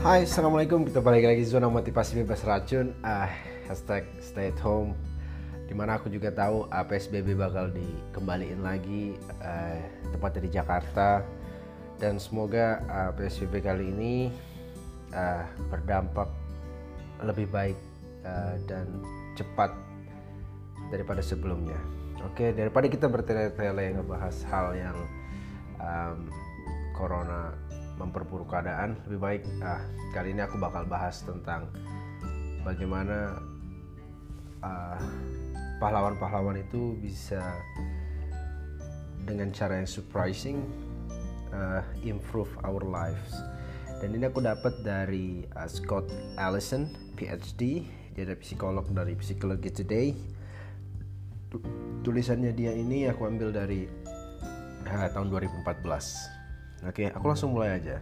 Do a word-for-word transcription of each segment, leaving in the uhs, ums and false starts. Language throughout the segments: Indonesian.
Hai, assalamualaikum. Kita balik lagi zona motivasi bebas racun. Ah, hashtag stay at home. Dimana aku juga tahu uh, P S B B bakal dikembaliin lagi, uh, tepatnya di Jakarta. Dan semoga uh, P S B B kali ini uh, berdampak lebih baik uh, dan cepat daripada sebelumnya. Oke, daripada kita bertele-tele ngebahas hal yang um, corona memperburuk keadaan, lebih baik ah, kali ini aku bakal bahas tentang bagaimana uh, pahlawan-pahlawan itu bisa dengan cara yang surprising uh, improve our lives. Dan ini aku dapat dari uh, Scott Allison, P H D, dia adalah psikolog dari Psychology Today. Tulisannya dia ini aku ambil dari uh, tahun dua ribu empat belas. Oke, aku langsung mulai aja.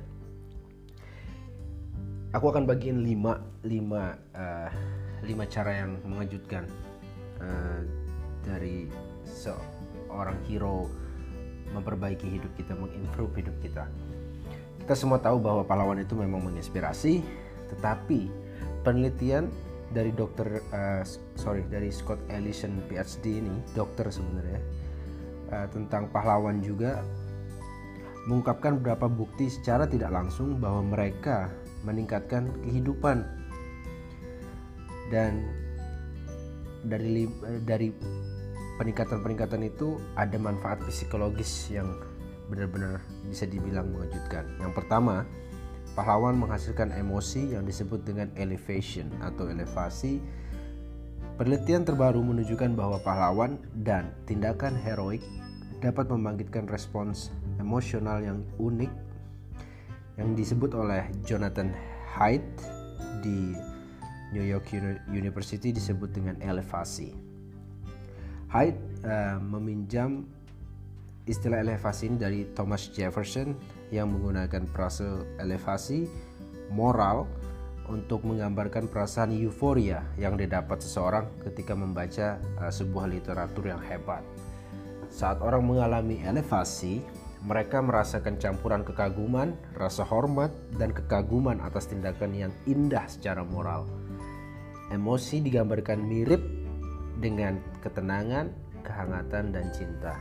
Aku akan bagiin lima, lima, uh, lima cara yang mengejutkan uh, dari seorang hero memperbaiki hidup kita, mengimprove hidup kita. Kita semua tahu bahwa pahlawan itu memang menginspirasi, tetapi penelitian dari dokter, uh, sorry, dari Scott Allison P H D ini, dokter sebenarnya, uh, tentang pahlawan juga mengungkapkan beberapa bukti secara tidak langsung bahwa mereka meningkatkan kehidupan. Dan dari dari peningkatan-peningkatan itu ada manfaat psikologis yang benar-benar bisa dibilang mengejutkan. Yang pertama, pahlawan menghasilkan emosi yang disebut dengan elevation atau elevasi. Penelitian terbaru menunjukkan bahwa pahlawan dan tindakan heroik dapat membangkitkan respons emosional yang unik yang disebut oleh Jonathan Haidt di New York University disebut dengan elevasi. Haidt uh, meminjam istilah elevasi ini dari Thomas Jefferson yang menggunakan frase elevasi moral untuk menggambarkan perasaan euforia yang didapat seseorang ketika membaca uh, sebuah literatur yang hebat. Saat orang mengalami elevasi, mereka merasakan campuran kekaguman, rasa hormat, dan kekaguman atas tindakan yang indah secara moral. Emosi digambarkan mirip dengan ketenangan, kehangatan, dan cinta.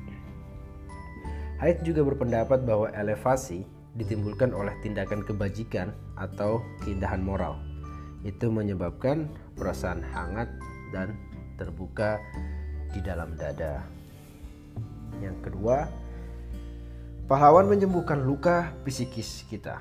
Haidt juga berpendapat bahwa elevasi ditimbulkan oleh tindakan kebajikan atau keindahan moral. Itu menyebabkan perasaan hangat dan terbuka di dalam dada. Yang kedua, pahlawan menyembuhkan luka psikis kita.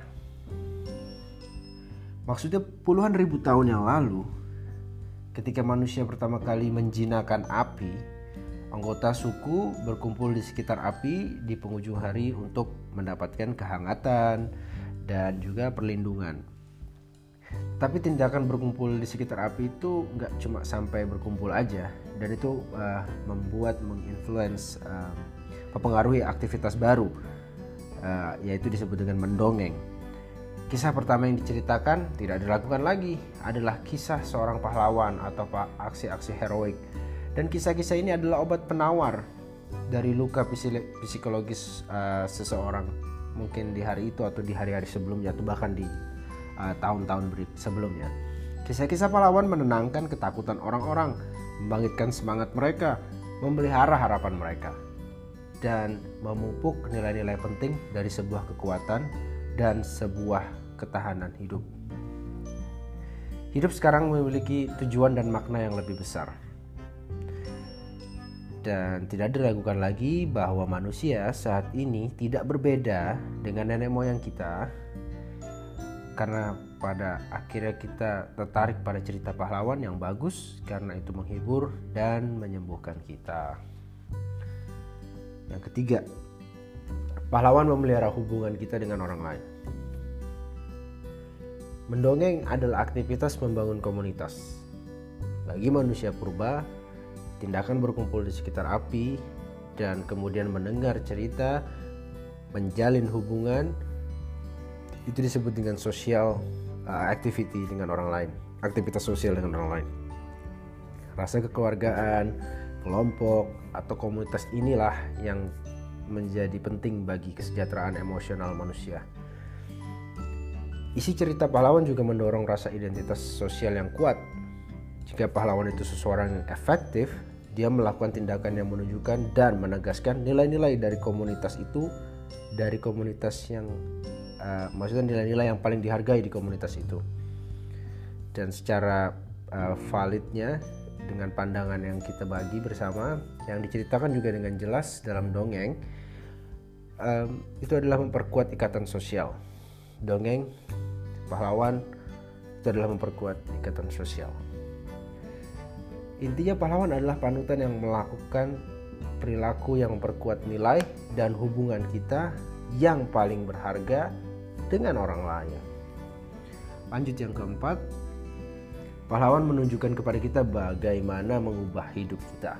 Maksudnya puluhan ribu tahun yang lalu, ketika manusia pertama kali menjinakkan api, anggota suku berkumpul di sekitar api di penghujung hari untuk mendapatkan kehangatan dan juga perlindungan. Tapi tindakan berkumpul di sekitar api itu nggak cuma sampai berkumpul aja, dan itu uh, membuat menginfluence, uh, mempengaruhi aktivitas baru, uh, yaitu disebut dengan mendongeng. Kisah pertama yang diceritakan tidak dilakukan lagi adalah kisah seorang pahlawan atau aksi-aksi heroik, dan kisah-kisah ini adalah obat penawar dari luka psikologis uh, seseorang, mungkin di hari itu atau di hari-hari sebelumnya atau bahkan di Uh, tahun-tahun sebelumnya. Kisah-kisah pahlawan menenangkan ketakutan orang-orang, membangkitkan semangat mereka, memelihara harapan mereka, dan memupuk nilai-nilai penting dari sebuah kekuatan dan sebuah ketahanan hidup. Hidup sekarang memiliki tujuan dan makna yang lebih besar. Dan tidak diragukan lagi bahwa manusia saat ini tidak berbeda dengan nenek moyang kita, karena pada akhirnya kita tertarik pada cerita pahlawan yang bagus karena itu menghibur dan menyembuhkan kita. Yang ketiga, pahlawan memelihara hubungan kita dengan orang lain. Mendongeng adalah aktivitas membangun komunitas. Bagi manusia purba, tindakan berkumpul di sekitar api dan kemudian mendengar cerita, menjalin hubungan, itu disebut dengan social uh, activity dengan orang lain, aktivitas sosial dengan orang lain. Rasa kekeluargaan, kelompok, atau komunitas inilah yang menjadi penting bagi kesejahteraan emosional manusia. Isi cerita pahlawan juga mendorong rasa identitas sosial yang kuat. Jika pahlawan itu seseorang yang efektif, dia melakukan tindakan yang menunjukkan dan menegaskan nilai-nilai dari komunitas itu, dari komunitas yang uh, maksudnya nilai-nilai yang paling dihargai di komunitas itu. Dan secara uh, validnya dengan pandangan yang kita bagi bersama, yang diceritakan juga dengan jelas dalam dongeng, um, itu adalah memperkuat ikatan sosial. Dongeng pahlawan itu adalah memperkuat ikatan sosial. Intinya pahlawan adalah panutan yang melakukan perilaku yang memperkuat nilai dan hubungan kita yang paling berharga dengan orang lain. Lanjut yang keempat, pahlawan menunjukkan kepada kita bagaimana mengubah hidup kita.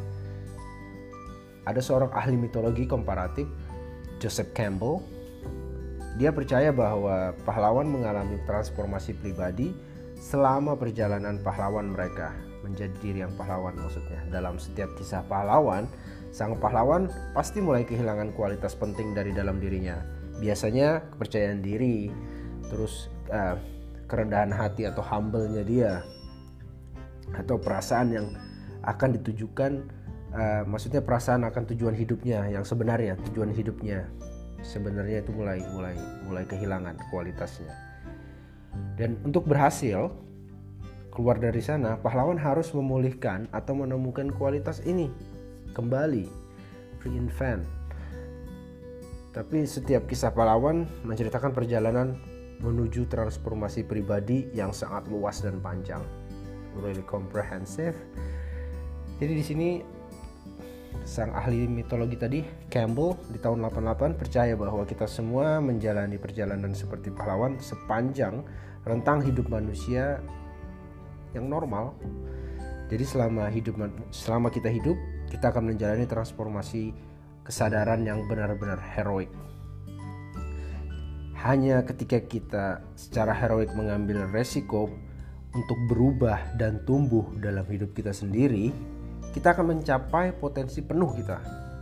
Ada seorang ahli mitologi komparatif, Joseph Campbell. Dia percaya bahwa pahlawan mengalami transformasi pribadi selama perjalanan pahlawan mereka menjadi diri yang pahlawan maksudnya. Dalam setiap kisah pahlawan, sang pahlawan pasti mulai kehilangan kualitas penting dari dalam dirinya. Biasanya kepercayaan diri, terus uh, kerendahan hati atau humble-nya dia, atau perasaan yang akan ditujukan, uh, maksudnya perasaan akan tujuan hidupnya yang sebenarnya, tujuan hidupnya sebenarnya itu mulai mulai mulai kehilangan kualitasnya. Dan untuk berhasil keluar dari sana, pahlawan harus memulihkan atau menemukan kualitas ini kembali, reinvent. Tapi setiap kisah pahlawan menceritakan perjalanan menuju transformasi pribadi yang sangat luas dan panjang, really comprehensive. Jadi di sini sang ahli mitologi tadi, Campbell, di tahun delapan puluh delapan percaya bahwa kita semua menjalani perjalanan seperti pahlawan sepanjang rentang hidup manusia yang normal. Jadi selama hidup selama kita hidup, kita akan menjalani transformasi kesadaran yang benar-benar heroik. Hanya ketika kita secara heroik mengambil resiko untuk berubah dan tumbuh dalam hidup kita sendiri, kita akan mencapai potensi penuh kita.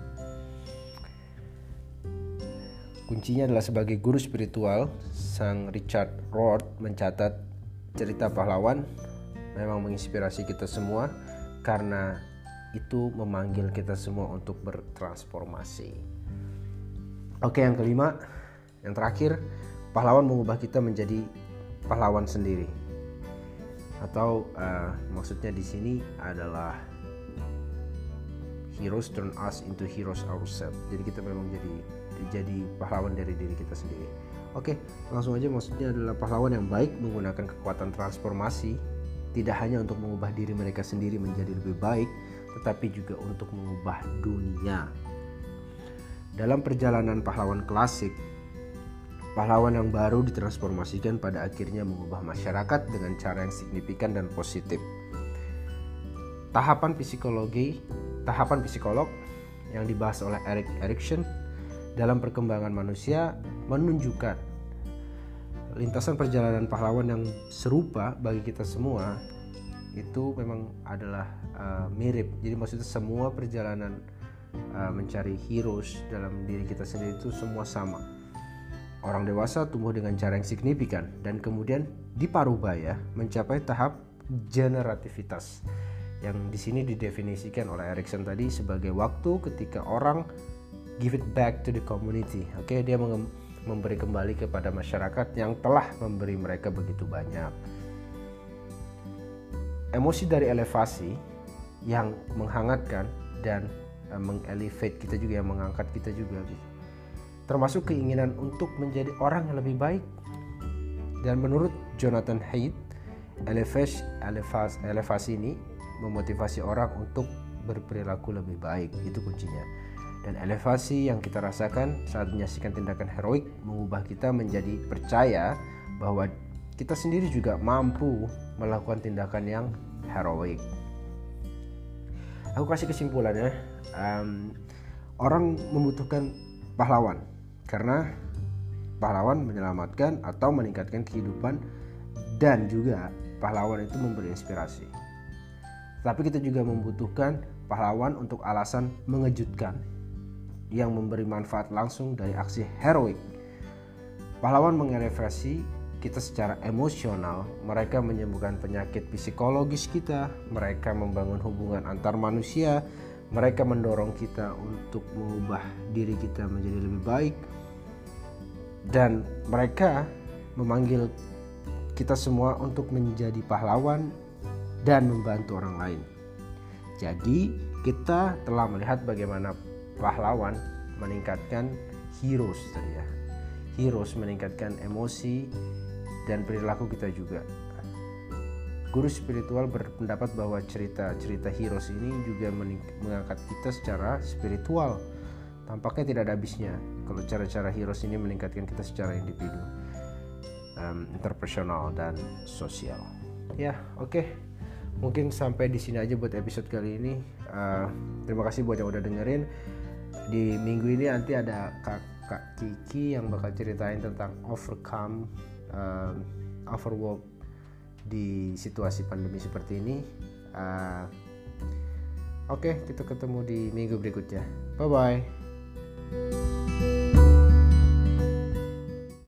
Kuncinya adalah sebagai guru spiritual, sang Richard Rohr mencatat cerita pahlawan memang menginspirasi kita semua karena itu memanggil kita semua untuk bertransformasi. Oke, yang kelima, yang terakhir, pahlawan mengubah kita menjadi pahlawan sendiri. Atau uh, maksudnya di sini adalah heroes turn us into heroes ourselves. Jadi kita memang jadi jadi pahlawan dari diri kita sendiri. Oke, langsung aja, maksudnya adalah pahlawan yang baik menggunakan kekuatan transformasi tidak hanya untuk mengubah diri mereka sendiri menjadi lebih baik, tetapi juga untuk mengubah dunia. Dalam perjalanan pahlawan klasik, pahlawan yang baru ditransformasikan pada akhirnya mengubah masyarakat dengan cara yang signifikan dan positif. Tahapan psikologi, tahapan psikolog yang dibahas oleh Erik Erikson dalam perkembangan manusia menunjukkan lintasan perjalanan pahlawan yang serupa bagi kita semua itu memang adalah uh, mirip. Jadi maksudnya semua perjalanan uh, mencari heroes dalam diri kita sendiri itu semua sama. Orang dewasa tumbuh dengan cara yang signifikan dan kemudian diparubaya mencapai tahap generativitas yang di sini didefinisikan oleh Erikson tadi sebagai waktu ketika orang give it back to the community. Oke, okay, dia menge- memberi kembali kepada masyarakat yang telah memberi mereka begitu banyak. Emosi dari elevasi yang menghangatkan dan uh, mengelevate kita juga, yang mengangkat kita juga gitu. Termasuk keinginan untuk menjadi orang yang lebih baik. Dan menurut Jonathan Haidt, elevasi, elevasi, elevasi ini memotivasi orang untuk berperilaku lebih baik. Itu kuncinya. Dan elevasi yang kita rasakan saat menyaksikan tindakan heroik mengubah kita menjadi percaya bahwa kita sendiri juga mampu melakukan tindakan yang heroik. Aku kasih kesimpulannya, um, orang membutuhkan pahlawan karena pahlawan menyelamatkan atau meningkatkan kehidupan, dan juga pahlawan itu memberi inspirasi. Tapi kita juga membutuhkan pahlawan untuk alasan mengejutkan yang memberi manfaat langsung dari aksi heroik. Pahlawan mengelevasi kita secara emosional, mereka menyembuhkan penyakit psikologis kita, mereka membangun hubungan antar manusia, mereka mendorong kita untuk mengubah diri kita menjadi lebih baik, dan mereka memanggil kita semua untuk menjadi pahlawan dan membantu orang lain. Jadi kita telah melihat bagaimana pahlawan meningkatkan heroes tadi ya. Heroes meningkatkan emosi dan perilaku kita juga. Guru spiritual berpendapat bahwa cerita-cerita heroes ini juga mengangkat kita secara spiritual. Tampaknya tidak ada habisnya kalau cara-cara heroes ini meningkatkan kita secara individu, um, interpersonal dan sosial. Ya, oke. Okay. Mungkin sampai di sini aja buat episode kali ini. Uh, terima kasih buat yang udah dengerin. Di minggu ini nanti ada Kak Kiki yang bakal ceritain tentang overcome uh, overwork di situasi pandemi seperti ini. Uh, Oke, okay, kita ketemu di minggu berikutnya. Bye bye.